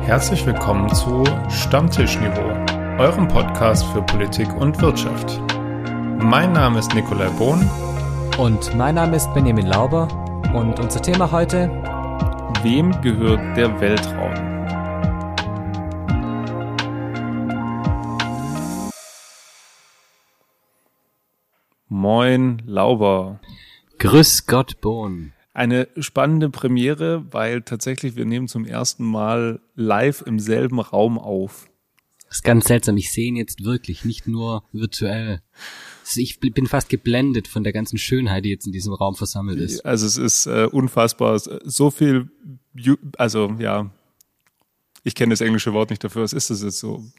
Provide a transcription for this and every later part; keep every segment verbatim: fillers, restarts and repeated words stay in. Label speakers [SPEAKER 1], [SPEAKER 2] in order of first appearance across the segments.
[SPEAKER 1] Herzlich willkommen zu Stammtischniveau, eurem Podcast für Politik und Wirtschaft. Mein Name ist Nikolai Bohn.
[SPEAKER 2] Und mein Name ist Benjamin Lauber. Und unser Thema heute:
[SPEAKER 1] Wem gehört der Weltraum? Moin Lauber.
[SPEAKER 2] Grüß Gott Bohn.
[SPEAKER 1] Eine spannende Premiere, weil tatsächlich wir nehmen zum ersten Mal live im selben Raum auf.
[SPEAKER 2] Das ist ganz seltsam. Ich sehe ihn jetzt wirklich, nicht nur virtuell. Ich bin fast geblendet von der ganzen Schönheit, die jetzt in diesem Raum versammelt ist.
[SPEAKER 1] Also es ist äh, unfassbar. So viel, also ja, ich kenne das englische Wort nicht dafür. Was ist das jetzt so?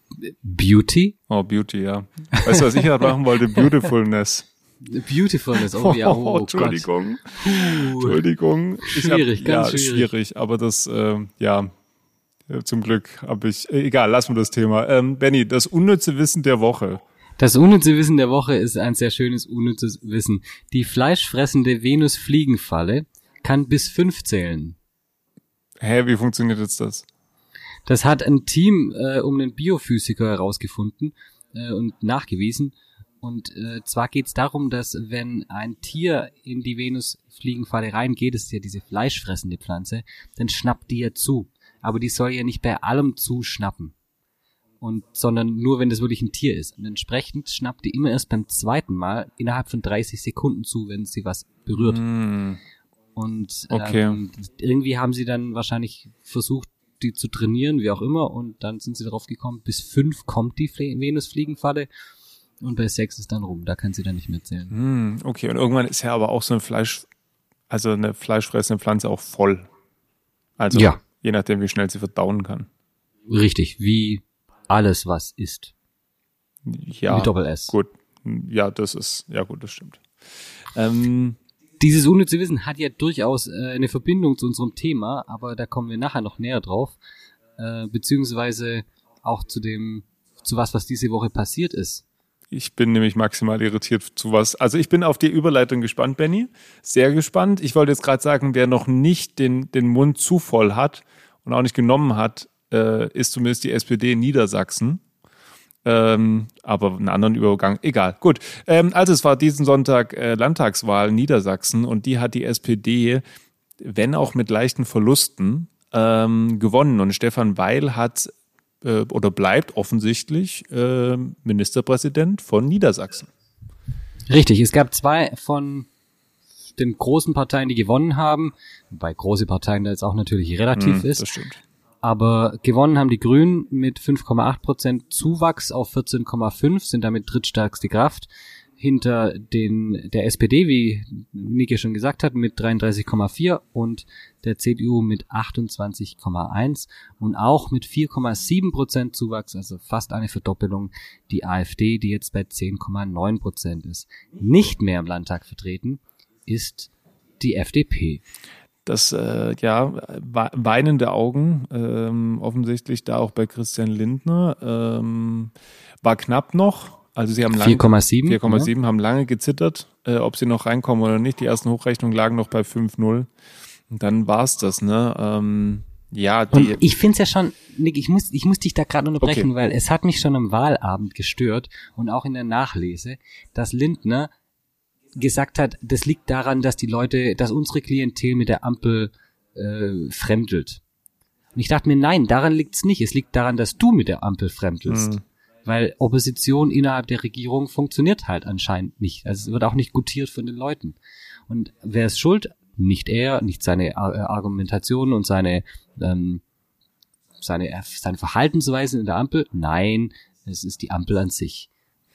[SPEAKER 2] Beauty?
[SPEAKER 1] Oh, Beauty, ja. Weißt du, was ich gerade machen wollte? Beautifulness.
[SPEAKER 2] Beautifulness, oh ja, oh, oh
[SPEAKER 1] Entschuldigung.
[SPEAKER 2] Gott.
[SPEAKER 1] Entschuldigung. Ich
[SPEAKER 2] schwierig,
[SPEAKER 1] hab,
[SPEAKER 2] ganz
[SPEAKER 1] ja,
[SPEAKER 2] schwierig.
[SPEAKER 1] schwierig. Aber das, äh, ja, zum Glück habe ich, egal, lassen wir das Thema. Ähm, Benni, das unnütze Wissen der Woche.
[SPEAKER 2] Das unnütze Wissen der Woche ist ein sehr schönes unnützes Wissen. Die fleischfressende Venus-Fliegenfalle kann bis fünf zählen.
[SPEAKER 1] Hä, wie funktioniert jetzt das?
[SPEAKER 2] Das hat ein Team äh, um einen Biophysiker herausgefunden äh, und nachgewiesen. Und äh, zwar geht es darum, dass wenn ein Tier in die Venusfliegenfalle reingeht, das ist ja diese fleischfressende Pflanze, dann schnappt die ja zu. Aber die soll ja nicht bei allem zuschnappen. Und, sondern nur, wenn das wirklich ein Tier ist. Und entsprechend schnappt die immer erst beim zweiten Mal innerhalb von dreißig Sekunden zu, wenn sie was berührt.
[SPEAKER 1] Mm.
[SPEAKER 2] Und
[SPEAKER 1] okay.
[SPEAKER 2] ähm, irgendwie haben sie dann wahrscheinlich versucht, die zu trainieren, wie auch immer. Und dann sind sie darauf gekommen, bis fünf kommt die Fle- Venusfliegenfalle. Und bei sechs ist dann rum, da kann sie dann nicht mehr zählen.
[SPEAKER 1] Mm, okay, und irgendwann ist ja aber auch so ein Fleisch, also eine fleischfressende Pflanze auch voll. Also
[SPEAKER 2] ja.
[SPEAKER 1] Je nachdem, wie schnell sie verdauen kann.
[SPEAKER 2] Richtig, wie alles, was ist.
[SPEAKER 1] Ja,
[SPEAKER 2] mit Doppel-S.
[SPEAKER 1] Gut, ja, das ist, ja gut, das stimmt. Ähm,
[SPEAKER 2] Dieses unnütze Wissen hat ja durchaus äh, eine Verbindung zu unserem Thema, aber da kommen wir nachher noch näher drauf, äh, beziehungsweise auch zu dem, zu was, was diese Woche passiert ist.
[SPEAKER 1] Ich bin nämlich maximal irritiert zu was. Also ich bin auf die Überleitung gespannt, Benni. Sehr gespannt. Ich wollte jetzt gerade sagen, wer noch nicht den, den Mund zu voll hat und auch nicht genommen hat, äh, ist zumindest die S P D in Niedersachsen. Ähm, aber einen anderen Übergang, egal. Gut, ähm, also es war diesen Sonntag äh, Landtagswahl in Niedersachsen und die hat die S P D, wenn auch mit leichten Verlusten, ähm, gewonnen. Und Stefan Weil hat äh, oder bleibt offensichtlich äh, Ministerpräsident von Niedersachsen.
[SPEAKER 2] Richtig, es gab zwei von den großen Parteien, die gewonnen haben, wobei große Parteien da jetzt auch natürlich relativ
[SPEAKER 1] mm,
[SPEAKER 2] ist.
[SPEAKER 1] Das stimmt.
[SPEAKER 2] Aber gewonnen haben die Grünen mit fünf Komma acht Prozent Zuwachs auf vierzehn Komma fünf, sind damit drittstärkste Kraft. Hinter den der S P D, wie Niki schon gesagt hat, mit dreiunddreißig Komma vier und der C D U mit achtundzwanzig Komma eins und auch mit vier Komma sieben Prozent Zuwachs, also fast eine Verdoppelung, die AfD, die jetzt bei zehn Komma neun Prozent ist. Nicht mehr im Landtag vertreten ist die F D P.
[SPEAKER 1] Das, äh, ja, weinende Augen, ähm, offensichtlich da auch bei Christian Lindner, ähm, war knapp noch. Also sie haben lange,
[SPEAKER 2] vier Komma sieben,
[SPEAKER 1] vier Komma sieben, ja. Haben lange gezittert, äh, ob sie noch reinkommen oder nicht. Die ersten Hochrechnungen lagen noch bei fünf null. Und dann war's das, ne? Ähm, ja, die.
[SPEAKER 2] Und ich find's ja schon, Nick, ich muss, ich muss dich da gerade unterbrechen, okay. Weil es hat mich schon am Wahlabend gestört und auch in der Nachlese, dass Lindner gesagt hat, das liegt daran, dass die Leute, dass unsere Klientel mit der Ampel äh, fremdelt. Und ich dachte mir, nein, daran liegt's nicht. Es liegt daran, dass du mit der Ampel fremdelst. Mhm. Weil Opposition innerhalb der Regierung funktioniert halt anscheinend nicht. Also es wird auch nicht gutiert von den Leuten. Und wer ist schuld? Nicht er, nicht seine Ar- Argumentation und seine, ähm, seine, seine Verhaltensweisen in der Ampel. Nein, es ist die Ampel an sich.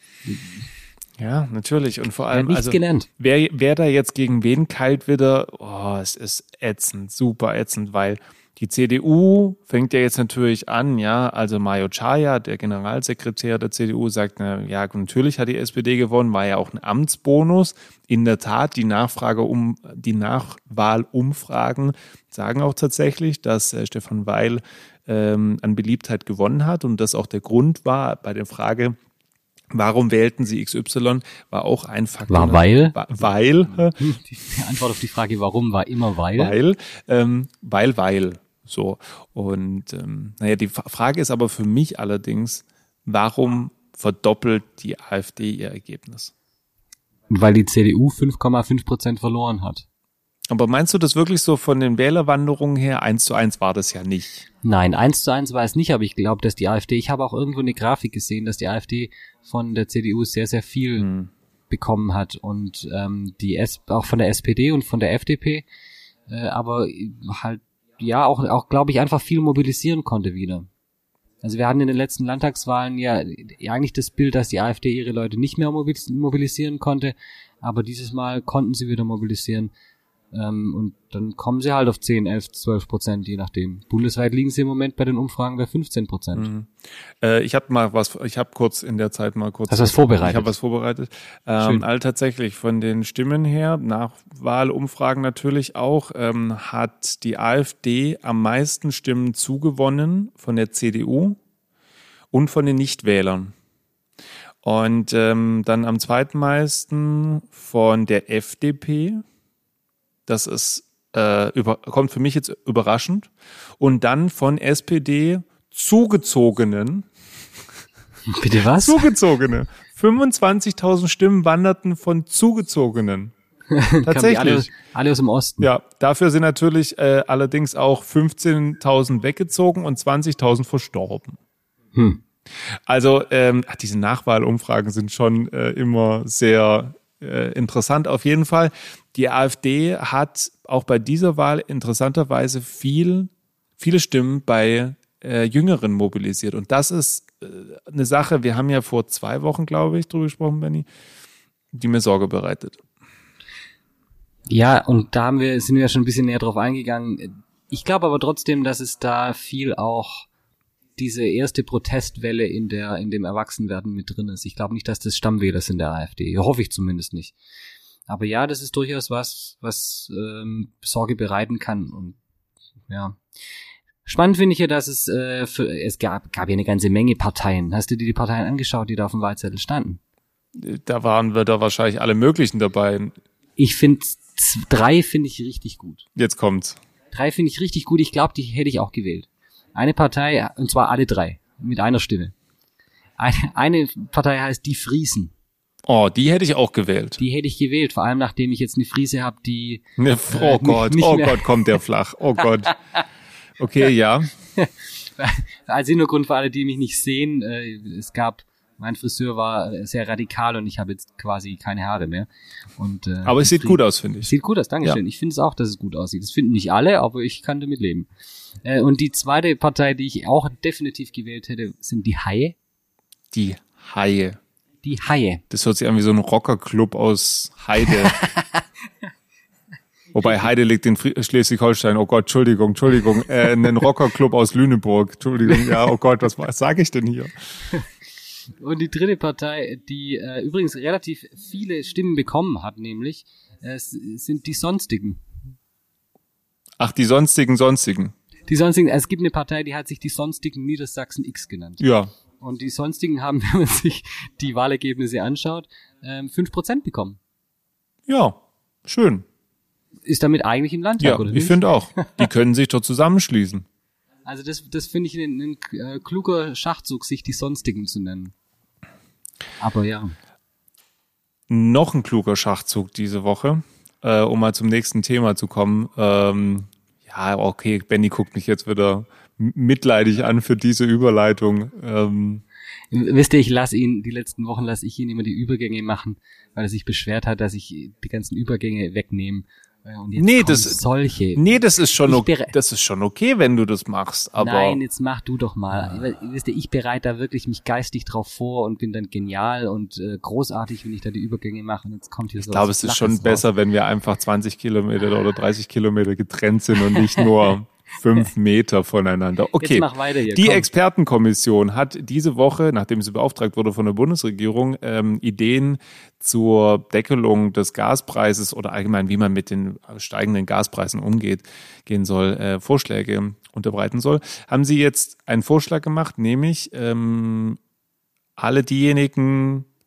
[SPEAKER 1] Ja, natürlich. Und vor allem,
[SPEAKER 2] nichts
[SPEAKER 1] also,
[SPEAKER 2] gelernt.
[SPEAKER 1] Wer, wer da jetzt gegen wen keilt wieder, oh, es ist ätzend, super ätzend, weil die C D U fängt ja jetzt natürlich an, ja, also Mario Chaya, der Generalsekretär der C D U, sagt, na, ja, natürlich hat die S P D gewonnen, war ja auch ein Amtsbonus. In der Tat, die Nachfrage um, die Nachwahlumfragen sagen auch tatsächlich, dass äh, Stefan Weil ähm, an Beliebtheit gewonnen hat und das auch der Grund war bei der Frage, warum wählten Sie X Y, war auch ein Faktor.
[SPEAKER 2] War weil?
[SPEAKER 1] War, weil.
[SPEAKER 2] Die Antwort auf die Frage, warum, war immer weil.
[SPEAKER 1] Weil, ähm, weil, weil. So. Und ähm, naja, die Frage ist aber für mich allerdings, warum verdoppelt die AfD ihr Ergebnis?
[SPEAKER 2] Weil die C D U fünf Komma fünf Prozent verloren hat.
[SPEAKER 1] Aber meinst du das wirklich so von den Wählerwanderungen her? Eins zu eins war das ja nicht.
[SPEAKER 2] Nein, eins zu eins war es nicht, aber ich glaube, dass die AfD, ich habe auch irgendwo eine Grafik gesehen, dass die AfD von der C D U sehr, sehr viel hm. bekommen hat und ähm, die S auch von der S P D und von der F D P, äh, aber halt, ja, auch, auch glaube ich, einfach viel mobilisieren konnte wieder. Also wir hatten in den letzten Landtagswahlen ja eigentlich das Bild, dass die AfD ihre Leute nicht mehr mobilisieren konnte, aber dieses Mal konnten sie wieder mobilisieren. Ähm, und dann kommen sie halt auf zehn, elf, zwölf Prozent, je nachdem. Bundesweit liegen sie im Moment bei den Umfragen bei fünfzehn Prozent.
[SPEAKER 1] Mhm. Äh, ich habe mal was, ich habe kurz in der Zeit mal kurz.
[SPEAKER 2] Hast du was vorbereitet?
[SPEAKER 1] Ich habe was vorbereitet. Ähm, also tatsächlich von den Stimmen her, nach Wahlumfragen natürlich auch, ähm, hat die AfD am meisten Stimmen zugewonnen von der C D U und von den Nichtwählern. Und ähm, dann am zweitmeisten von der F D P. Das ist, äh, über, kommt für mich jetzt überraschend. Und dann von S P D zugezogenen.
[SPEAKER 2] Bitte was?
[SPEAKER 1] Zugezogene. fünfundzwanzigtausend Stimmen wanderten von zugezogenen. Tatsächlich.
[SPEAKER 2] Alle, alle aus dem Osten.
[SPEAKER 1] Ja, dafür sind natürlich äh, allerdings auch fünfzehntausend weggezogen und zwanzigtausend verstorben.
[SPEAKER 2] Hm.
[SPEAKER 1] Also ähm, ach, diese Nachwahlumfragen sind schon äh, immer sehr äh, interessant. Auf jeden Fall, die AfD hat auch bei dieser Wahl interessanterweise viel, viele Stimmen bei äh, Jüngeren mobilisiert. Und das ist äh, eine Sache, wir haben ja vor zwei Wochen, glaube ich, drüber gesprochen, Benni, die mir Sorge bereitet.
[SPEAKER 2] Ja, und da haben wir, sind wir ja schon ein bisschen näher drauf eingegangen. Ich glaube aber trotzdem, dass es da viel auch diese erste Protestwelle in der in dem Erwachsenwerden mit drin ist. Ich glaube nicht, dass das Stammwähler sind der AfD. Hoffe ich zumindest nicht. Aber ja, das ist durchaus was, was ähm, Sorge bereiten kann. Und ja, spannend finde ich ja, dass es äh, für, es gab gab ja eine ganze Menge Parteien. Hast du dir die Parteien angeschaut, die da auf dem Wahlzettel standen?
[SPEAKER 1] Da waren wir da wahrscheinlich alle möglichen dabei.
[SPEAKER 2] Ich finde drei finde ich richtig gut.
[SPEAKER 1] Jetzt kommt's.
[SPEAKER 2] Drei finde ich richtig gut. Ich glaube, die hätte ich auch gewählt. Eine Partei, und zwar alle drei, mit einer Stimme. Eine, eine Partei heißt Die Friesen.
[SPEAKER 1] Oh, die hätte ich auch gewählt.
[SPEAKER 2] Die hätte ich gewählt, vor allem nachdem ich jetzt eine Friese habe, die...
[SPEAKER 1] Ne, oh äh, Gott, nicht, nicht oh Gott, kommt der flach. Oh Gott. Okay, ja.
[SPEAKER 2] Als Hintergrund für alle, die mich nicht sehen, äh, es gab... Mein Friseur war sehr radikal und ich habe jetzt quasi keine Haare mehr. Und, äh,
[SPEAKER 1] aber es sieht gut aus, finde ich.
[SPEAKER 2] Sieht gut aus, danke schön. Ja. Ich finde es auch, dass es gut aussieht. Das finden nicht alle, aber ich kann damit leben. Äh, und die zweite Partei, die ich auch definitiv gewählt hätte, sind die Haie.
[SPEAKER 1] Die Haie.
[SPEAKER 2] Die Haie.
[SPEAKER 1] Das hört sich an wie so ein Rockerclub aus Heide. Wobei Heide liegt in Schleswig-Holstein. Oh Gott, Entschuldigung, Entschuldigung. Äh, ein Rockerclub aus Lüneburg. Entschuldigung, ja, oh Gott, was, was sage ich denn hier?
[SPEAKER 2] Und die dritte Partei, die äh, übrigens relativ viele Stimmen bekommen hat, nämlich, äh, sind die Sonstigen.
[SPEAKER 1] Ach, die sonstigen Sonstigen.
[SPEAKER 2] Die Sonstigen, es gibt eine Partei, die hat sich die Sonstigen Niedersachsen X genannt.
[SPEAKER 1] Ja.
[SPEAKER 2] Und die Sonstigen haben, wenn man sich die Wahlergebnisse anschaut, ähm, fünf Prozent bekommen.
[SPEAKER 1] Ja, schön.
[SPEAKER 2] Ist damit eigentlich im Landtag,
[SPEAKER 1] ja,
[SPEAKER 2] oder nicht?
[SPEAKER 1] Ja, ich finde auch. Die können sich doch zusammenschließen. Also
[SPEAKER 2] das, das finde ich ein, ein äh, kluger Schachzug, sich die Sonstigen zu nennen. Aber ja.
[SPEAKER 1] Noch ein kluger Schachzug diese Woche, äh, um mal zum nächsten Thema zu kommen. Ähm, ja, okay, Benni guckt mich jetzt wieder mitleidig an für diese Überleitung. Ähm,
[SPEAKER 2] Wisst ihr, ich lasse ihn, die letzten Wochen lasse ich ihn immer die Übergänge machen, weil er sich beschwert hat, dass ich die ganzen Übergänge wegnehme. Und jetzt
[SPEAKER 1] nee, das
[SPEAKER 2] solche.
[SPEAKER 1] Nee, das ist schon okay, das ist schon okay, wenn du das machst, aber
[SPEAKER 2] nein, jetzt mach du doch mal. Ja. Wisst ihr, ich bereite da wirklich mich geistig drauf vor und bin dann genial und äh, großartig, wenn ich da die Übergänge mache und jetzt kommt hier so.
[SPEAKER 1] Ich glaube, es ist schon raus. Besser, wenn wir einfach zwanzig Kilometer oder dreißig Kilometer getrennt sind und nicht nur fünf Meter voneinander. Okay,
[SPEAKER 2] jetzt mach weiter hier,
[SPEAKER 1] die
[SPEAKER 2] komm.
[SPEAKER 1] Expertenkommission hat diese Woche, nachdem sie beauftragt wurde von der Bundesregierung, ähm, Ideen zur Deckelung des Gaspreises oder allgemein, wie man mit den steigenden Gaspreisen umgeht, gehen soll, äh, Vorschläge unterbreiten soll. Haben sie jetzt einen Vorschlag gemacht, nämlich ähm, alle diejenigen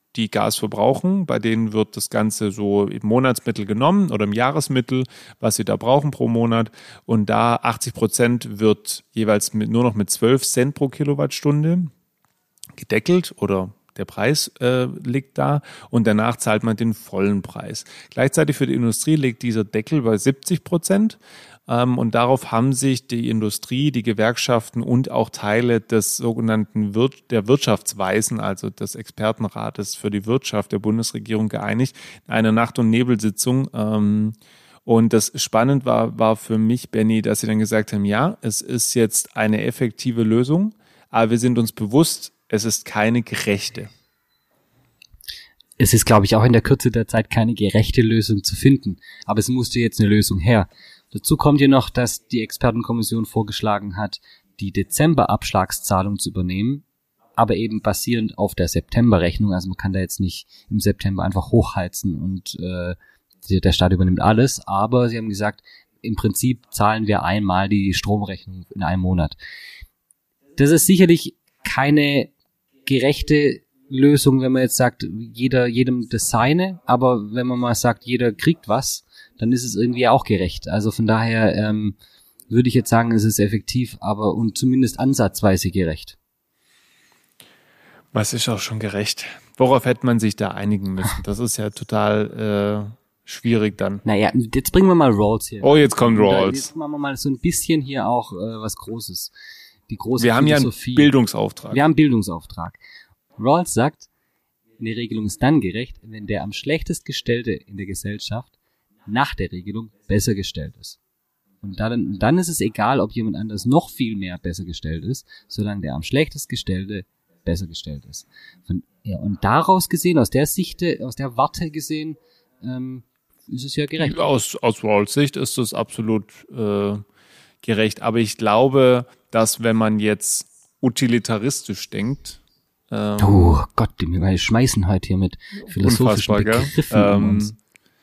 [SPEAKER 1] die Gas verbrauchen. Bei denen wird das Ganze so im Monatsmittel genommen oder im Jahresmittel, was sie da brauchen pro Monat. Und da achtzig Prozent wird jeweils mit, nur noch mit zwölf Cent pro Kilowattstunde gedeckelt oder der Preis äh, liegt da und danach zahlt man den vollen Preis. Gleichzeitig für die Industrie liegt dieser Deckel bei siebzig Prozent. Und darauf haben sich die Industrie, die Gewerkschaften und auch Teile des sogenannten Wir- der Wirtschaftsweisen, also des Expertenrates für die Wirtschaft der Bundesregierung geeinigt, in einer Nacht- und Nebelsitzung. Und das spannend war, war für mich, Benni, dass sie dann gesagt haben, ja, es ist jetzt eine effektive Lösung, aber wir sind uns bewusst, es ist keine gerechte.
[SPEAKER 2] Es ist, glaube ich, auch in der Kürze der Zeit keine gerechte Lösung zu finden. Aber es musste jetzt eine Lösung her. Dazu kommt hier noch, dass die Expertenkommission vorgeschlagen hat, die Dezember-Abschlagszahlung zu übernehmen, aber eben basierend auf der September-Rechnung. Also man kann da jetzt nicht im September einfach hochheizen und äh, der Staat übernimmt alles. Aber sie haben gesagt, im Prinzip zahlen wir einmal die Stromrechnung in einem Monat. Das ist sicherlich keine gerechte Lösung, wenn man jetzt sagt, jeder jedem das seine, aber wenn man mal sagt, jeder kriegt was, dann ist es irgendwie auch gerecht. Also von daher ähm, würde ich jetzt sagen, es ist effektiv, aber und zumindest ansatzweise gerecht.
[SPEAKER 1] Was ist auch schon gerecht? Worauf hätte man sich da einigen müssen? Das ist ja total äh, schwierig dann.
[SPEAKER 2] Naja, jetzt bringen wir mal Rawls hier.
[SPEAKER 1] Oh, jetzt kommt Rawls.
[SPEAKER 2] Jetzt machen wir mal so ein bisschen hier auch äh, was Großes. Die große
[SPEAKER 1] Wir haben ja einen
[SPEAKER 2] Philosophie.
[SPEAKER 1] Bildungsauftrag.
[SPEAKER 2] Wir haben einen Bildungsauftrag. Rawls sagt, eine Regelung ist dann gerecht, wenn der am schlechtest Gestellte in der Gesellschaft nach der Regelung besser gestellt ist. Und dann, dann ist es egal, ob jemand anders noch viel mehr besser gestellt ist, solange der am schlechtest Gestellte besser gestellt ist. Von, ja, und daraus gesehen, aus der Sicht, aus der Warte gesehen, ähm, ist es ja gerecht.
[SPEAKER 1] Aus, aus Rawls Sicht ist das absolut äh, gerecht. Aber ich glaube, dass wenn man jetzt utilitaristisch denkt, ähm,
[SPEAKER 2] oh Gott, wir schmeißen heute hier mit philosophischen Begriffen um
[SPEAKER 1] ähm,
[SPEAKER 2] uns.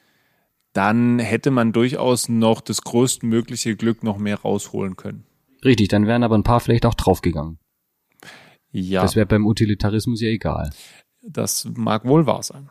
[SPEAKER 1] Dann hätte man durchaus noch das größtmögliche Glück noch mehr rausholen können.
[SPEAKER 2] Richtig, dann wären aber ein paar vielleicht auch draufgegangen.
[SPEAKER 1] Ja.
[SPEAKER 2] Das wäre beim Utilitarismus ja egal.
[SPEAKER 1] Das mag wohl wahr sein.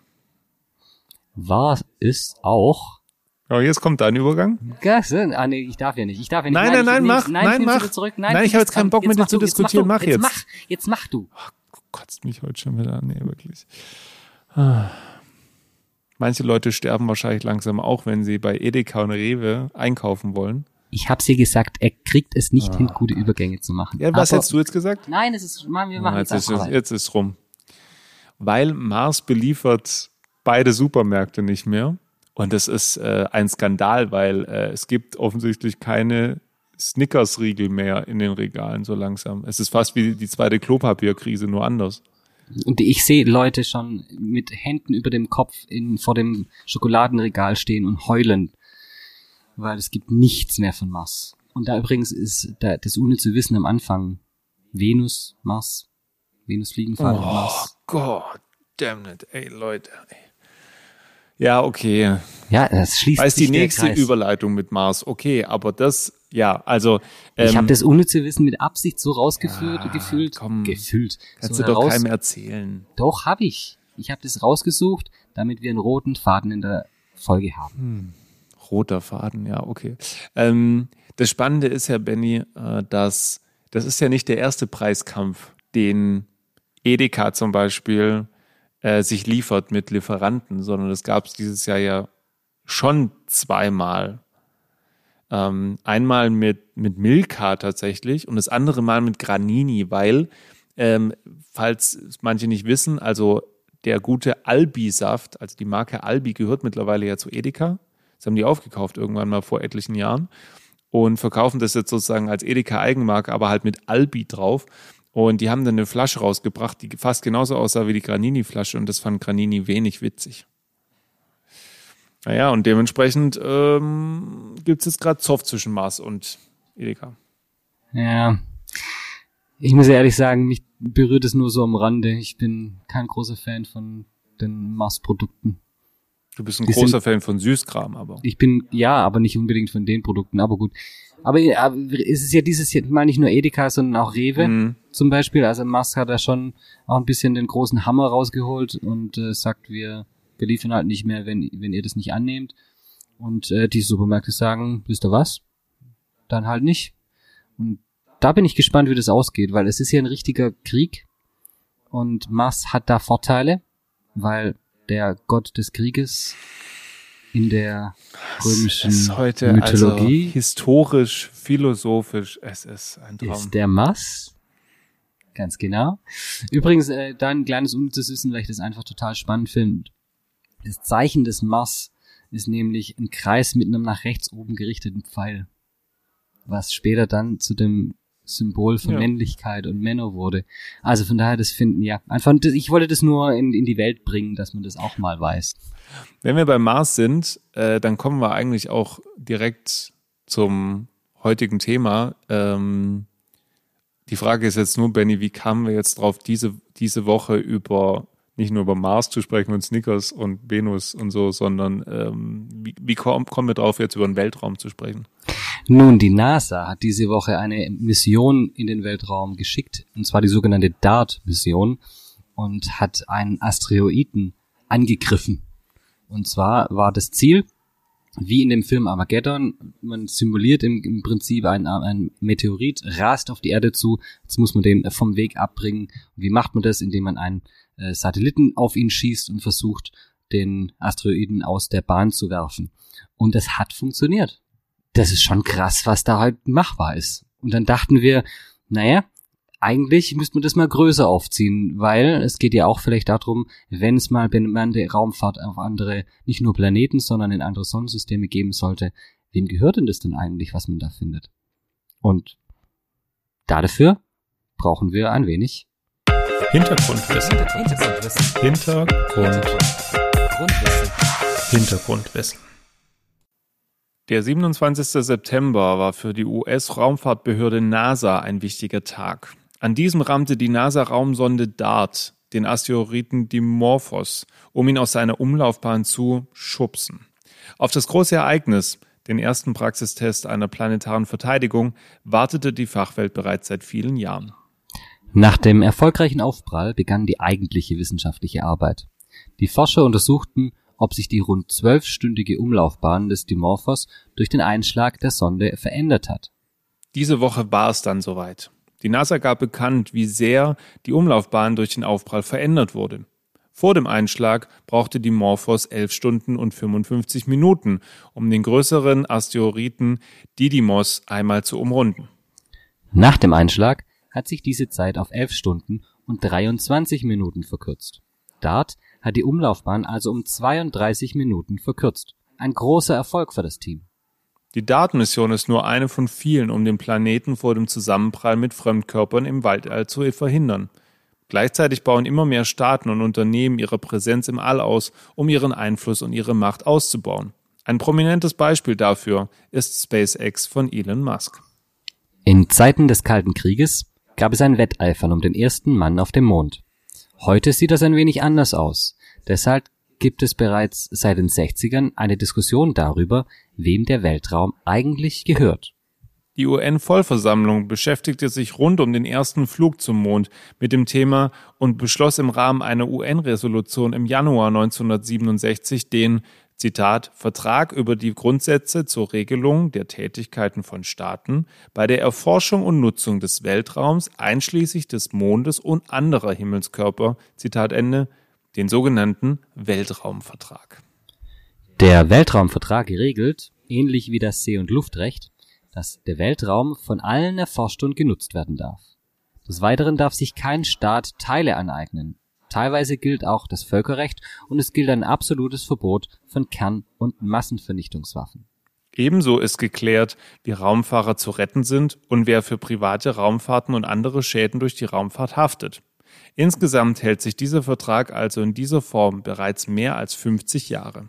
[SPEAKER 2] War es auch?
[SPEAKER 1] Oh, jetzt kommt dein Übergang.
[SPEAKER 2] Das, ah, nee, ich darf ja nicht. Ich darf ja nicht.
[SPEAKER 1] Nein, nein, nein,
[SPEAKER 2] ich
[SPEAKER 1] mach,
[SPEAKER 2] nein,
[SPEAKER 1] nein, mach.
[SPEAKER 2] Zurück.
[SPEAKER 1] Nein, nein, ich habe jetzt keinen Bock mit dir zu diskutieren. Mach jetzt.
[SPEAKER 2] Jetzt mach, jetzt mach du.
[SPEAKER 1] Ach, du kotzt mich heute schon wieder an. Nee, wirklich. Ah. Manche Leute sterben wahrscheinlich langsam auch, wenn sie bei Edeka und Rewe einkaufen wollen.
[SPEAKER 2] Ich hab's dir gesagt, er kriegt es nicht
[SPEAKER 1] ah.
[SPEAKER 2] hin, gute Übergänge zu machen.
[SPEAKER 1] Ja, was
[SPEAKER 2] Aber,
[SPEAKER 1] hättest du jetzt gesagt?
[SPEAKER 2] Nein, es ist, wir machen
[SPEAKER 1] ah, jetzt,
[SPEAKER 2] jetzt
[SPEAKER 1] ist es, jetzt ist rum. Weil Mars beliefert beide Supermärkte nicht mehr. Und das ist äh, ein Skandal, weil äh, es gibt offensichtlich keine Snickers-Riegel mehr in den Regalen so langsam. Es ist fast wie die zweite Klopapierkrise, nur anders.
[SPEAKER 2] Und ich sehe Leute schon mit Händen über dem Kopf in, vor dem Schokoladenregal stehen und heulen, weil es gibt nichts mehr von Mars. Und da übrigens ist da, das unnütze Wissen am Anfang Venus, Mars, Venus fliegen, fahren
[SPEAKER 1] oh,
[SPEAKER 2] Mars.
[SPEAKER 1] Gott, damn it, ey Leute. Ja, okay.
[SPEAKER 2] Ja, das schließt
[SPEAKER 1] Weiß
[SPEAKER 2] sich
[SPEAKER 1] die nächste
[SPEAKER 2] der Kreis.
[SPEAKER 1] Überleitung mit Mars, okay, aber das, ja, also ähm,
[SPEAKER 2] ich habe das unnütze Wissen mit Absicht so rausgeführt,
[SPEAKER 1] ja,
[SPEAKER 2] gefühlt,
[SPEAKER 1] komm,
[SPEAKER 2] gefüllt.
[SPEAKER 1] Kannst
[SPEAKER 2] so
[SPEAKER 1] du doch
[SPEAKER 2] heraus-
[SPEAKER 1] keinem erzählen.
[SPEAKER 2] Doch, habe ich. Ich habe das rausgesucht, damit wir einen roten Faden in der Folge haben.
[SPEAKER 1] Hm. Roter Faden, ja, okay. Ähm, das Spannende ist ja, Benni, äh, dass das ist ja nicht der erste Preiskampf, den Edeka zum Beispiel äh, sich liefert mit Lieferanten, sondern das gab es dieses Jahr ja schon zweimal. Ähm, einmal mit, mit Milka tatsächlich und das andere Mal mit Granini, weil, ähm, falls manche nicht wissen, also der gute Albi-Saft, also die Marke Albi gehört mittlerweile ja zu Edeka. Das haben die aufgekauft irgendwann mal vor etlichen Jahren und verkaufen das jetzt sozusagen als Edeka-Eigenmarke, aber halt mit Albi drauf. Und die haben dann eine Flasche rausgebracht, die fast genauso aussah wie die Granini-Flasche und das fand Granini wenig witzig. Naja, und dementsprechend ähm, gibt es jetzt gerade Zoff zwischen Mars und Edeka.
[SPEAKER 2] Ja, ich muss ehrlich sagen, mich berührt es nur so am Rande. Ich bin kein großer Fan von den Mars-Produkten.
[SPEAKER 1] Du bist ein
[SPEAKER 2] Die
[SPEAKER 1] großer
[SPEAKER 2] sind-
[SPEAKER 1] Fan von Süßkram, aber.
[SPEAKER 2] Ich bin, ja, aber nicht unbedingt von den Produkten, aber gut. Aber, aber es ist ja dieses Mal nicht nur Edeka, sondern auch Rewe mhm. zum Beispiel. Also Musk hat da schon auch ein bisschen den großen Hammer rausgeholt und äh, sagt, wir, wir liefern halt nicht mehr, wenn, wenn ihr das nicht annehmt. Und äh, die Supermärkte sagen, wisst ihr was? Dann halt nicht. Und da bin ich gespannt, wie das ausgeht, weil es ist ja ein richtiger Krieg und Musk hat da Vorteile, weil der Gott des Krieges in der römischen
[SPEAKER 1] es ist heute
[SPEAKER 2] Mythologie.
[SPEAKER 1] Also historisch, philosophisch, es ist ein Traum.
[SPEAKER 2] Ist der Mars. Ganz genau. Übrigens, äh, da ein kleines unnützes Wissen, weil ich das einfach total spannend finde. Das Zeichen des Mars ist nämlich ein Kreis mit einem nach rechts oben gerichteten Pfeil, was später dann zu dem Symbol von ja. Männlichkeit und Männer wurde. Also von daher, das finden, ja, einfach, ich wollte das nur in, in die Welt bringen, dass man das auch mal weiß.
[SPEAKER 1] Wenn wir bei Mars sind, äh, dann kommen wir eigentlich auch direkt zum heutigen Thema. Ähm, die Frage ist jetzt nur, Benny, wie kamen wir jetzt drauf, diese, diese Woche über, nicht nur über Mars zu sprechen und Snickers und Venus und so, sondern ähm, wie, wie kommen, kommen wir drauf, jetzt über den Weltraum zu sprechen?
[SPEAKER 2] Nun, die NASA hat diese Woche eine Mission in den Weltraum geschickt, und zwar die sogenannte DART-Mission, und hat einen Asteroiden angegriffen. Und zwar war das Ziel, wie in dem Film Armageddon, man simuliert im, im Prinzip ein, ein Meteorit, rast auf die Erde zu, jetzt muss man den vom Weg abbringen. Und wie macht man das? Indem man einen äh, Satelliten auf ihn schießt und versucht, den Asteroiden aus der Bahn zu werfen. Und das hat funktioniert. Das ist schon krass, was da halt machbar ist. Und dann dachten wir, naja, eigentlich müsste man das mal größer aufziehen, weil es geht ja auch vielleicht darum, wenn es mal bemannte Raumfahrt auf andere, nicht nur Planeten, sondern in andere Sonnensysteme geben sollte, wem gehört denn das denn eigentlich, was man da findet? Und dafür brauchen wir ein wenig
[SPEAKER 1] Hintergrundwissen.
[SPEAKER 2] Hintergrundwissen.
[SPEAKER 1] Hintergrundwissen. Hintergrundwissen. Der siebenundzwanzigster September war für die U S-Raumfahrtbehörde NASA ein wichtiger Tag. An diesem rammte die NASA-Raumsonde DART den Asteroiden Dimorphos, um ihn aus seiner Umlaufbahn zu schubsen. Auf das große Ereignis, den ersten Praxistest einer planetaren Verteidigung, wartete die Fachwelt bereits seit vielen Jahren.
[SPEAKER 2] Nach dem erfolgreichen Aufprall begann die eigentliche wissenschaftliche Arbeit. Die Forscher untersuchten, ob sich die rund zwölfstündige Umlaufbahn des Dimorphos durch den Einschlag der Sonde verändert hat.
[SPEAKER 1] Diese Woche war es dann soweit. Die NASA gab bekannt, wie sehr die Umlaufbahn durch den Aufprall verändert wurde. Vor dem Einschlag brauchte Dimorphos elf Stunden und fünfundfünfzig Minuten, um den größeren Asteroiden Didymos einmal zu umrunden.
[SPEAKER 2] Nach dem Einschlag hat sich diese Zeit auf elf Stunden und dreiundzwanzig Minuten verkürzt. DART hat die Umlaufbahn also um zweiunddreißig Minuten verkürzt. Ein großer Erfolg für das Team.
[SPEAKER 1] Die DART-Mission ist nur eine von vielen, um den Planeten vor dem Zusammenprall mit Fremdkörpern im Weltall zu verhindern. Gleichzeitig bauen immer mehr Staaten und Unternehmen ihre Präsenz im All aus, um ihren Einfluss und ihre Macht auszubauen. Ein prominentes Beispiel dafür ist SpaceX von Elon Musk.
[SPEAKER 2] In Zeiten des Kalten Krieges gab es ein Wetteifern um den ersten Mann auf dem Mond. Heute sieht das ein wenig anders aus. Deshalb gibt es bereits seit den sechzigern eine Diskussion darüber, wem der Weltraum eigentlich gehört.
[SPEAKER 1] Die U N-Vollversammlung beschäftigte sich rund um den ersten Flug zum Mond mit dem Thema und beschloss im Rahmen einer U N-Resolution im Januar neunzehnhundertsiebenundsechzig den, Zitat, Vertrag über die Grundsätze zur Regelung der Tätigkeiten von Staaten bei der Erforschung und Nutzung des Weltraums einschließlich des Mondes und anderer Himmelskörper, Zitat Ende, den sogenannten Weltraumvertrag.
[SPEAKER 2] Der Weltraumvertrag regelt, ähnlich wie das See- und Luftrecht, dass der Weltraum von allen erforscht und genutzt werden darf. Des Weiteren darf sich kein Staat Teile aneignen. Teilweise gilt auch das Völkerrecht und es gilt ein absolutes Verbot von Kern- und Massenvernichtungswaffen.
[SPEAKER 1] Ebenso ist geklärt, wie Raumfahrer zu retten sind und wer für private Raumfahrten und andere Schäden durch die Raumfahrt haftet. Insgesamt hält sich dieser Vertrag also in dieser Form bereits mehr als fünfzig Jahre.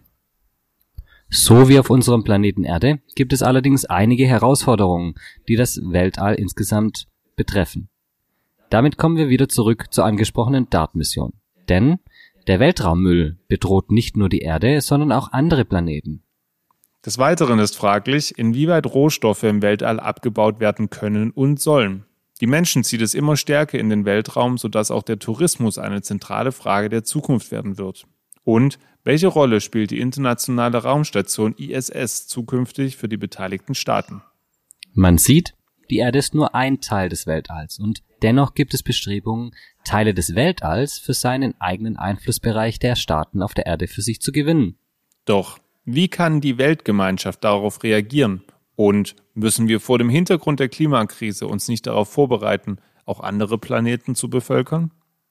[SPEAKER 2] So wie auf unserem Planeten Erde gibt es allerdings einige Herausforderungen, die das Weltall insgesamt betreffen. Damit kommen wir wieder zurück zur angesprochenen DART-Mission. Denn der Weltraummüll bedroht nicht nur die Erde, sondern auch andere Planeten.
[SPEAKER 1] Des Weiteren ist fraglich, inwieweit Rohstoffe im Weltall abgebaut werden können und sollen. Die Menschen zieht es immer stärker in den Weltraum, sodass auch der Tourismus eine zentrale Frage der Zukunft werden wird. Und welche Rolle spielt die internationale Raumstation I S S zukünftig für die beteiligten Staaten?
[SPEAKER 2] Man sieht, die Erde ist nur ein Teil des Weltalls und dennoch gibt es Bestrebungen, Teile des Weltalls für seinen eigenen Einflussbereich der Staaten auf der Erde für sich zu gewinnen.
[SPEAKER 1] Doch wie kann die Weltgemeinschaft darauf reagieren? Und müssen wir vor dem Hintergrund der Klimakrise uns nicht darauf vorbereiten, auch andere Planeten zu bevölkern?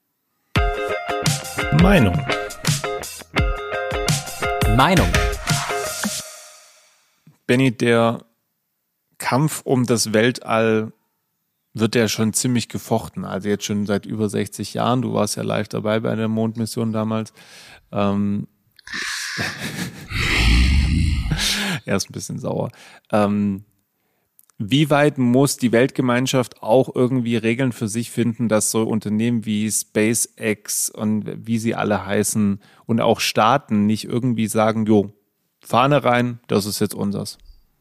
[SPEAKER 1] Meinung.
[SPEAKER 2] Meinung.
[SPEAKER 1] Benni, der Kampf um das Weltall wird ja schon ziemlich gefochten. Also jetzt schon seit über sechzig Jahren. Du warst ja live dabei bei der Mondmission damals. Ähm Er ist ein bisschen sauer. Ähm, wie weit muss die Weltgemeinschaft auch irgendwie Regeln für sich finden, dass so Unternehmen wie SpaceX und wie sie alle heißen und auch Staaten nicht irgendwie sagen, jo, Fahne rein, das ist jetzt unseres?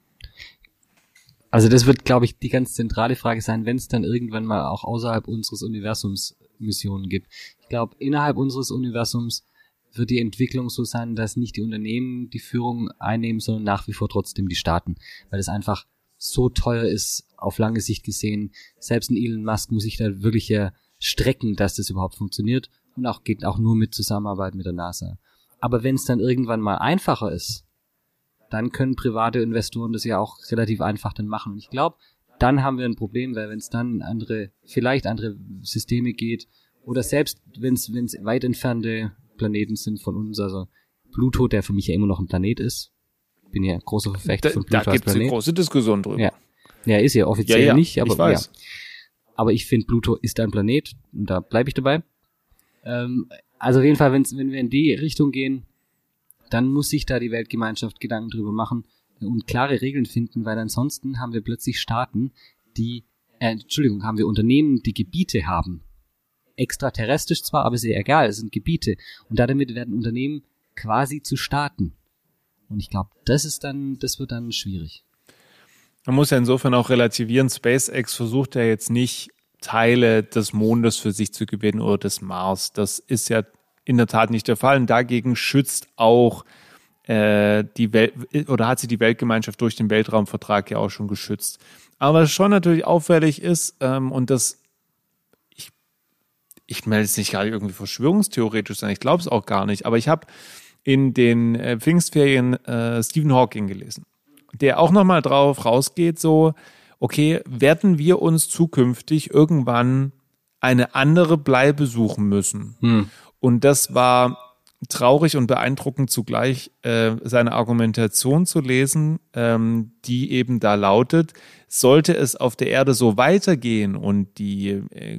[SPEAKER 2] Also das wird, glaube ich, die ganz zentrale Frage sein, wenn es dann irgendwann mal auch außerhalb unseres Universums Missionen gibt. Ich glaube, innerhalb unseres Universums wird die Entwicklung so sein, dass nicht die Unternehmen die Führung einnehmen, sondern nach wie vor trotzdem die Staaten, weil es einfach so teuer ist, auf lange Sicht gesehen. Selbst ein Elon Musk muss sich da wirklich ja strecken, dass das überhaupt funktioniert und auch geht auch nur mit Zusammenarbeit mit der NASA. Aber wenn es dann irgendwann mal einfacher ist, dann können private Investoren das ja auch relativ einfach dann machen. Und ich glaube, dann haben wir ein Problem, weil wenn es dann andere, vielleicht andere Systeme geht oder selbst wenn es wenn es weit entfernte Planeten sind von uns, also Pluto, der für mich ja immer noch ein Planet ist. Bin ja großer Verfechter von Pluto
[SPEAKER 1] da
[SPEAKER 2] als Planet.
[SPEAKER 1] Da gibt es eine große Diskussion drüber.
[SPEAKER 2] Ja, ja ist ja offiziell
[SPEAKER 1] ja, ja,
[SPEAKER 2] nicht, aber
[SPEAKER 1] ich weiß.
[SPEAKER 2] Ja. Aber ich finde, Pluto ist ein Planet und da bleibe ich dabei. Ähm, also auf jeden Fall, wenn's, wenn wir in die Richtung gehen, dann muss sich da die Weltgemeinschaft Gedanken drüber machen und klare Regeln finden, weil ansonsten haben wir plötzlich Staaten, die, äh, Entschuldigung, haben wir Unternehmen, die Gebiete haben. Extraterrestrisch zwar, aber ist ja egal, es sind Gebiete. Und damit werden Unternehmen quasi zu Staaten. Und ich glaube, das ist dann, das wird dann schwierig.
[SPEAKER 1] Man muss ja insofern auch relativieren, SpaceX versucht ja jetzt nicht, Teile des Mondes für sich zu gewinnen oder des Mars. Das ist ja in der Tat nicht der Fall. Und dagegen schützt auch äh, die Welt, oder hat sie die Weltgemeinschaft durch den Weltraumvertrag ja auch schon geschützt. Aber was schon natürlich auffällig ist, ähm, und das ich, ich melde es nicht gerade irgendwie verschwörungstheoretisch sein, ich glaube es auch gar nicht, aber ich habe in den äh, Pfingstferien äh, Stephen Hawking gelesen, der auch nochmal drauf rausgeht, so, okay, werden wir uns zukünftig irgendwann eine andere Bleibe suchen müssen? Hm. Und das war traurig und beeindruckend zugleich, äh, seine Argumentation zu lesen, ähm, die eben da lautet, sollte es auf der Erde so weitergehen und die äh,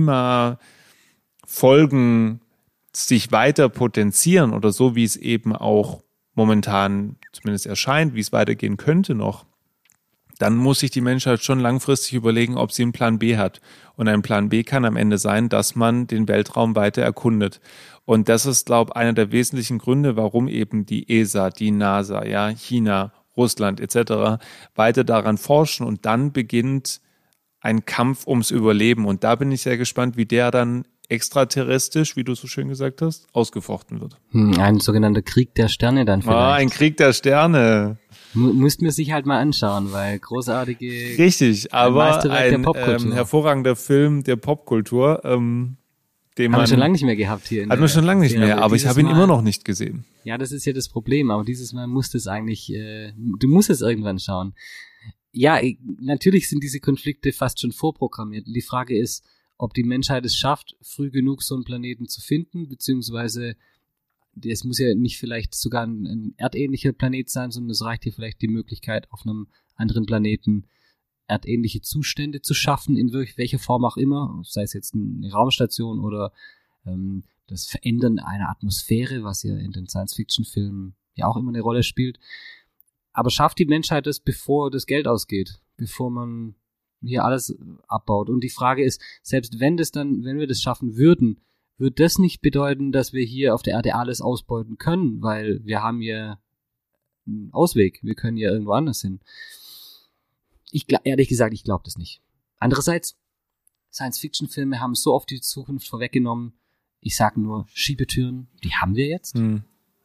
[SPEAKER 1] Klimafolgen sich weiter potenzieren oder so, wie es eben auch momentan zumindest erscheint, wie es weitergehen könnte noch, dann muss sich die Menschheit schon langfristig überlegen, ob sie einen Plan B hat. Und ein Plan B kann am Ende sein, dass man den Weltraum weiter erkundet. Und das ist, glaube ich, einer der wesentlichen Gründe, warum eben die E S A, die NASA, ja, China, Russland et cetera weiter daran forschen. Und dann beginnt ein Kampf ums Überleben. Und da bin ich sehr gespannt, wie der dann extraterrestrisch, wie du so schön gesagt hast, ausgefochten wird.
[SPEAKER 2] Hm, ein sogenannter Krieg der Sterne dann vielleicht.
[SPEAKER 1] Ah, ein Krieg der Sterne.
[SPEAKER 2] M- müssten wir sich halt mal anschauen, weil großartige...
[SPEAKER 1] Richtig, aber ein
[SPEAKER 2] ähm,
[SPEAKER 1] hervorragender Film der Popkultur, ähm, den man...
[SPEAKER 2] Haben wir schon lange nicht mehr gehabt hier.
[SPEAKER 1] Hat man schon lange nicht mehr, aber ich habe ihn immer noch nicht gesehen.
[SPEAKER 2] Ja, das ist ja das Problem, aber dieses Mal musst du es eigentlich, äh, du musst es irgendwann schauen. Ja, natürlich sind diese Konflikte fast schon vorprogrammiert. Und die Frage ist, ob die Menschheit es schafft, früh genug so einen Planeten zu finden, beziehungsweise es muss ja nicht vielleicht sogar ein, ein erdähnlicher Planet sein, sondern es reicht hier vielleicht die Möglichkeit, auf einem anderen Planeten erdähnliche Zustände zu schaffen, in welcher Form auch immer, sei es jetzt eine Raumstation oder ähm, das Verändern einer Atmosphäre, was ja in den Science-Fiction-Filmen ja auch immer eine Rolle spielt. Aber schafft die Menschheit das, bevor das Geld ausgeht, bevor man hier alles abbaut? Und die Frage ist, selbst wenn das dann, wenn wir das schaffen würden, wird das nicht bedeuten, dass wir hier auf der Erde alles ausbeuten können, weil wir haben ja einen Ausweg. Wir können ja irgendwo anders hin. Ich glaub, ehrlich gesagt, ich glaube das nicht. Andererseits, Science-Fiction-Filme haben so oft die Zukunft vorweggenommen. Ich sage nur, Schiebetüren, die haben wir jetzt.
[SPEAKER 1] Hm.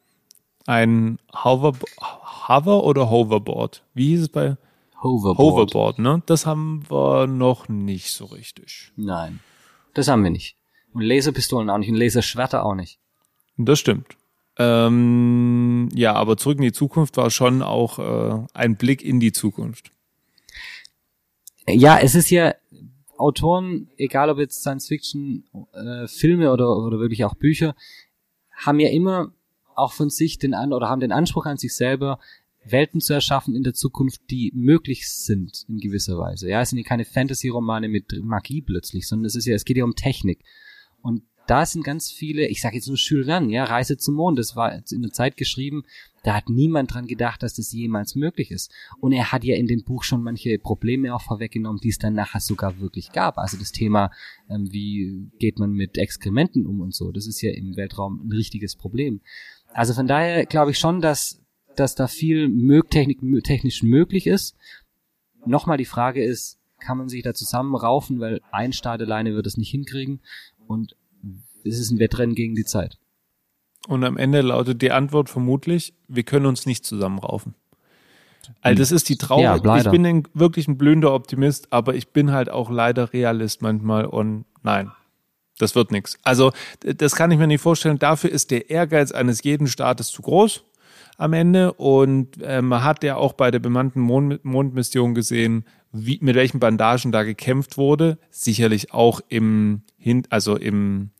[SPEAKER 1] Ein Hover, Hover oder Hoverboard? Wie hieß es bei
[SPEAKER 2] Hoverboard?
[SPEAKER 1] Hoverboard, ne? Das haben wir noch nicht so richtig.
[SPEAKER 2] Nein, das haben wir nicht. Und Laserpistolen auch nicht und Laserschwerter auch nicht.
[SPEAKER 1] Das stimmt. Ähm, ja, aber Zurück in die Zukunft war schon auch äh, ein Blick in die Zukunft.
[SPEAKER 2] Ja, es ist ja, Autoren, egal ob jetzt Science-Fiction, äh, Filme oder, oder wirklich auch Bücher, haben ja immer auch von sich den an oder haben den Anspruch an sich selber, Welten zu erschaffen in der Zukunft, die möglich sind in gewisser Weise. Ja, es sind ja keine Fantasy-Romane mit Magie plötzlich, sondern es ist ja, es geht ja um Technik. Und da sind ganz viele, ich sage jetzt nur Jules Verne, ja, Reise zum Mond, das war in der Zeit geschrieben, da hat niemand dran gedacht, dass das jemals möglich ist. Und er hat ja in dem Buch schon manche Probleme auch vorweggenommen, die es dann nachher sogar wirklich gab. Also das Thema, ähm, wie geht man mit Exkrementen um und so, das ist ja im Weltraum ein richtiges Problem. Also von daher glaube ich schon, dass, dass da viel mög- Technik, mö- technisch möglich ist. Nochmal die Frage ist, kann man sich da zusammenraufen, weil ein Staat alleine wird es nicht hinkriegen und es ist ein Wettrennen gegen die Zeit.
[SPEAKER 1] Und am Ende lautet die Antwort vermutlich, wir können uns nicht zusammenraufen. Also das ist die Traurigkeit. Ja, ich bin ein, wirklich ein blühender Optimist, aber ich bin halt auch leider Realist manchmal und nein, das wird nichts. Also das kann ich mir nicht vorstellen. Dafür ist der Ehrgeiz eines jeden Staates zu groß am Ende und äh, man hat ja auch bei der bemannten Mond- Mondmission gesehen, wie, mit welchen Bandagen da gekämpft wurde. Sicherlich auch im, Hin- also im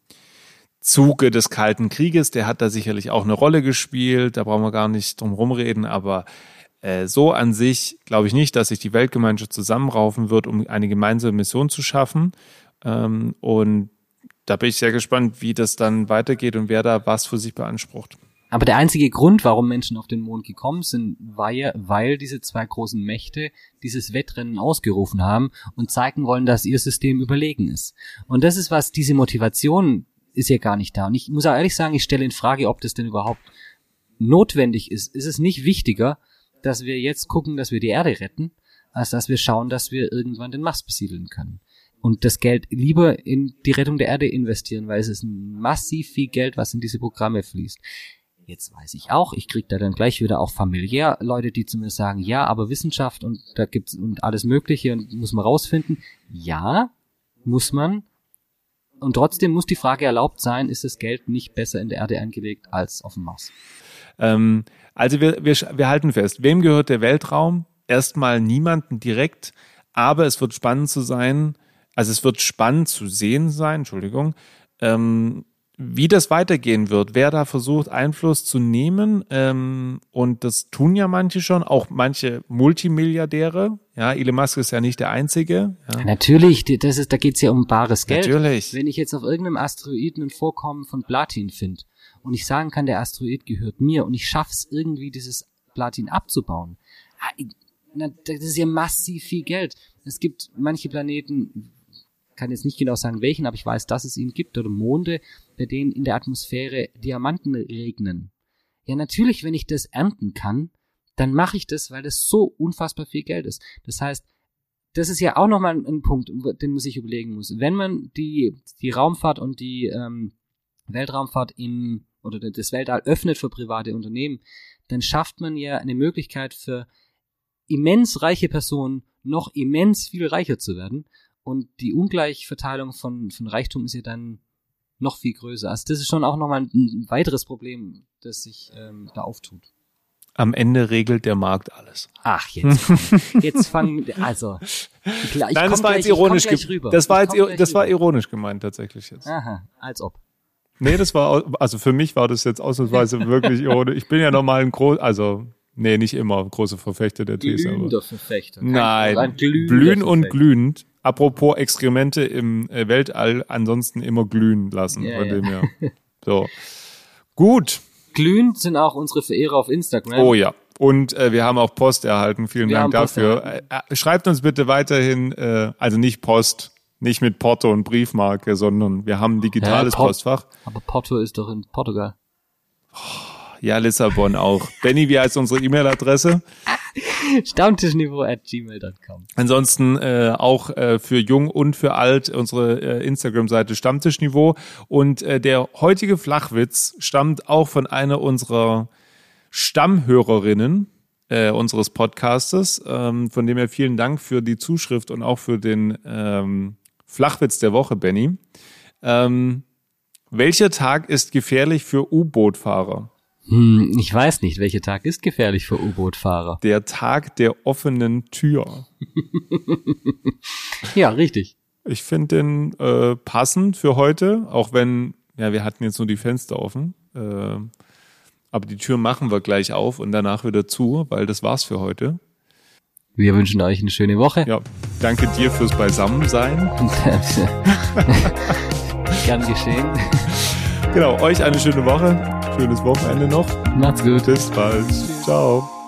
[SPEAKER 1] Zuge des Kalten Krieges, der hat da sicherlich auch eine Rolle gespielt, da brauchen wir gar nicht drum rumreden, aber äh, so an sich glaube ich nicht, dass sich die Weltgemeinschaft zusammenraufen wird, um eine gemeinsame Mission zu schaffen ähm, und da bin ich sehr gespannt, wie das dann weitergeht und wer da was für sich beansprucht.
[SPEAKER 2] Aber der einzige Grund, warum Menschen auf den Mond gekommen sind, war ja, weil diese zwei großen Mächte dieses Wettrennen ausgerufen haben und zeigen wollen, dass ihr System überlegen ist. Und das ist was, diese Motivation ist ja gar nicht da. Und ich muss auch ehrlich sagen, ich stelle in Frage, ob das denn überhaupt notwendig ist. Ist es nicht wichtiger, dass wir jetzt gucken, dass wir die Erde retten, als dass wir schauen, dass wir irgendwann den Mars besiedeln können? Und das Geld lieber in die Rettung der Erde investieren, weil es ist massiv viel Geld, was in diese Programme fließt. Jetzt weiß ich auch, ich kriege da dann gleich wieder auch familiär Leute, die zu mir sagen, ja, aber Wissenschaft und da gibt's und alles Mögliche und muss man rausfinden. Ja, muss man. Und trotzdem muss die Frage erlaubt sein, ist das Geld nicht besser in der Erde angelegt als auf dem Mars?
[SPEAKER 1] Ähm, also wir, wir, wir halten fest, wem gehört der Weltraum? Erstmal niemanden direkt, aber es wird spannend zu sein, also es wird spannend zu sehen sein, Entschuldigung, ähm, wie das weitergehen wird, wer da versucht, Einfluss zu nehmen, ähm, und das tun ja manche schon, auch manche Multimilliardäre, ja, Elon Musk ist ja nicht der Einzige. Ja.
[SPEAKER 2] Natürlich, das ist, da geht's ja um bares Geld.
[SPEAKER 1] Natürlich.
[SPEAKER 2] Wenn ich jetzt auf irgendeinem Asteroiden ein Vorkommen von Platin finde und ich sagen kann, der Asteroid gehört mir und ich schaff's irgendwie, dieses Platin abzubauen, das ist ja massiv viel Geld. Es gibt manche Planeten, kann jetzt nicht genau sagen welchen, aber ich weiß, dass es ihn gibt, oder Monde, bei denen in der Atmosphäre Diamanten regnen. Ja, natürlich, wenn ich das ernten kann, dann mache ich das, weil das so unfassbar viel Geld ist. Das heißt, das ist ja auch nochmal ein, ein Punkt, den man sich überlegen muss. Wenn man die, die Raumfahrt und die ähm, Weltraumfahrt im, oder das Weltall öffnet für private Unternehmen, dann schafft man ja eine Möglichkeit für immens reiche Personen, noch immens viel reicher zu werden. Und die Ungleichverteilung von, von Reichtum ist ja dann noch viel größer. Also das ist schon auch nochmal ein, ein weiteres Problem, das sich ähm, da auftut.
[SPEAKER 1] Am Ende regelt der Markt alles.
[SPEAKER 2] Ach, jetzt komm, jetzt fangen, also ich, ich
[SPEAKER 1] Nein, das war
[SPEAKER 2] gleich,
[SPEAKER 1] jetzt ironisch
[SPEAKER 2] rüber.
[SPEAKER 1] Das war jetzt das
[SPEAKER 2] rüber.
[SPEAKER 1] war ironisch gemeint tatsächlich jetzt.
[SPEAKER 2] Aha, als ob.
[SPEAKER 1] Nee, das war also für mich war das jetzt ausnahmsweise wirklich ironisch. Ich bin ja normal ein groß, also nee, nicht immer großer Verfechter der These,
[SPEAKER 2] glühender Verfechter.
[SPEAKER 1] Nein,
[SPEAKER 2] ein glühender
[SPEAKER 1] blühen
[SPEAKER 2] Verfechter.
[SPEAKER 1] und glühend. Apropos Exkremente im äh, Weltall, ansonsten immer glühen lassen.
[SPEAKER 2] Ja,
[SPEAKER 1] von
[SPEAKER 2] ja.
[SPEAKER 1] dem her. So. Gut.
[SPEAKER 2] Glühend sind auch unsere Verehrer auf Instagram.
[SPEAKER 1] Oh ja. Und äh, wir haben auch Post erhalten. Vielen
[SPEAKER 2] Wir
[SPEAKER 1] Dank
[SPEAKER 2] haben Post
[SPEAKER 1] dafür. Äh, äh, schreibt uns bitte weiterhin, äh, also nicht Post, nicht mit Porto und Briefmarke, sondern wir haben ein digitales
[SPEAKER 2] Hä, Port-
[SPEAKER 1] Postfach.
[SPEAKER 2] Aber Porto ist doch in Portugal.
[SPEAKER 1] Ja, Lissabon auch. Benni, wie heißt unsere E-Mail-Adresse?
[SPEAKER 2] Stammtischniveau at gmail dot com.
[SPEAKER 1] Ansonsten äh, auch äh, für jung und für alt unsere äh, Instagram-Seite Stammtischniveau. Und äh, der heutige Flachwitz stammt auch von einer unserer Stammhörerinnen äh, unseres Podcastes. Ähm, von dem her vielen Dank für die Zuschrift und auch für den ähm, Flachwitz der Woche, Benni. Ähm, welcher Tag ist gefährlich für U-Boot-Fahrer?
[SPEAKER 2] Hm, ich weiß nicht, welcher Tag ist gefährlich für U-Boot-Fahrer?
[SPEAKER 1] Der Tag der offenen Tür.
[SPEAKER 2] Ja, richtig.
[SPEAKER 1] Ich finde den äh, passend für heute, auch wenn, ja, wir hatten jetzt nur die Fenster offen. Äh, aber die Tür machen wir gleich auf und danach wieder zu, weil das war's für heute.
[SPEAKER 2] Wir wünschen euch eine schöne Woche.
[SPEAKER 1] Ja, danke dir fürs Beisammensein.
[SPEAKER 2] Gern geschehen.
[SPEAKER 1] Genau, euch eine schöne Woche. Schönes Wochenende noch.
[SPEAKER 2] Macht's gut.
[SPEAKER 1] Bis bald. Ciao.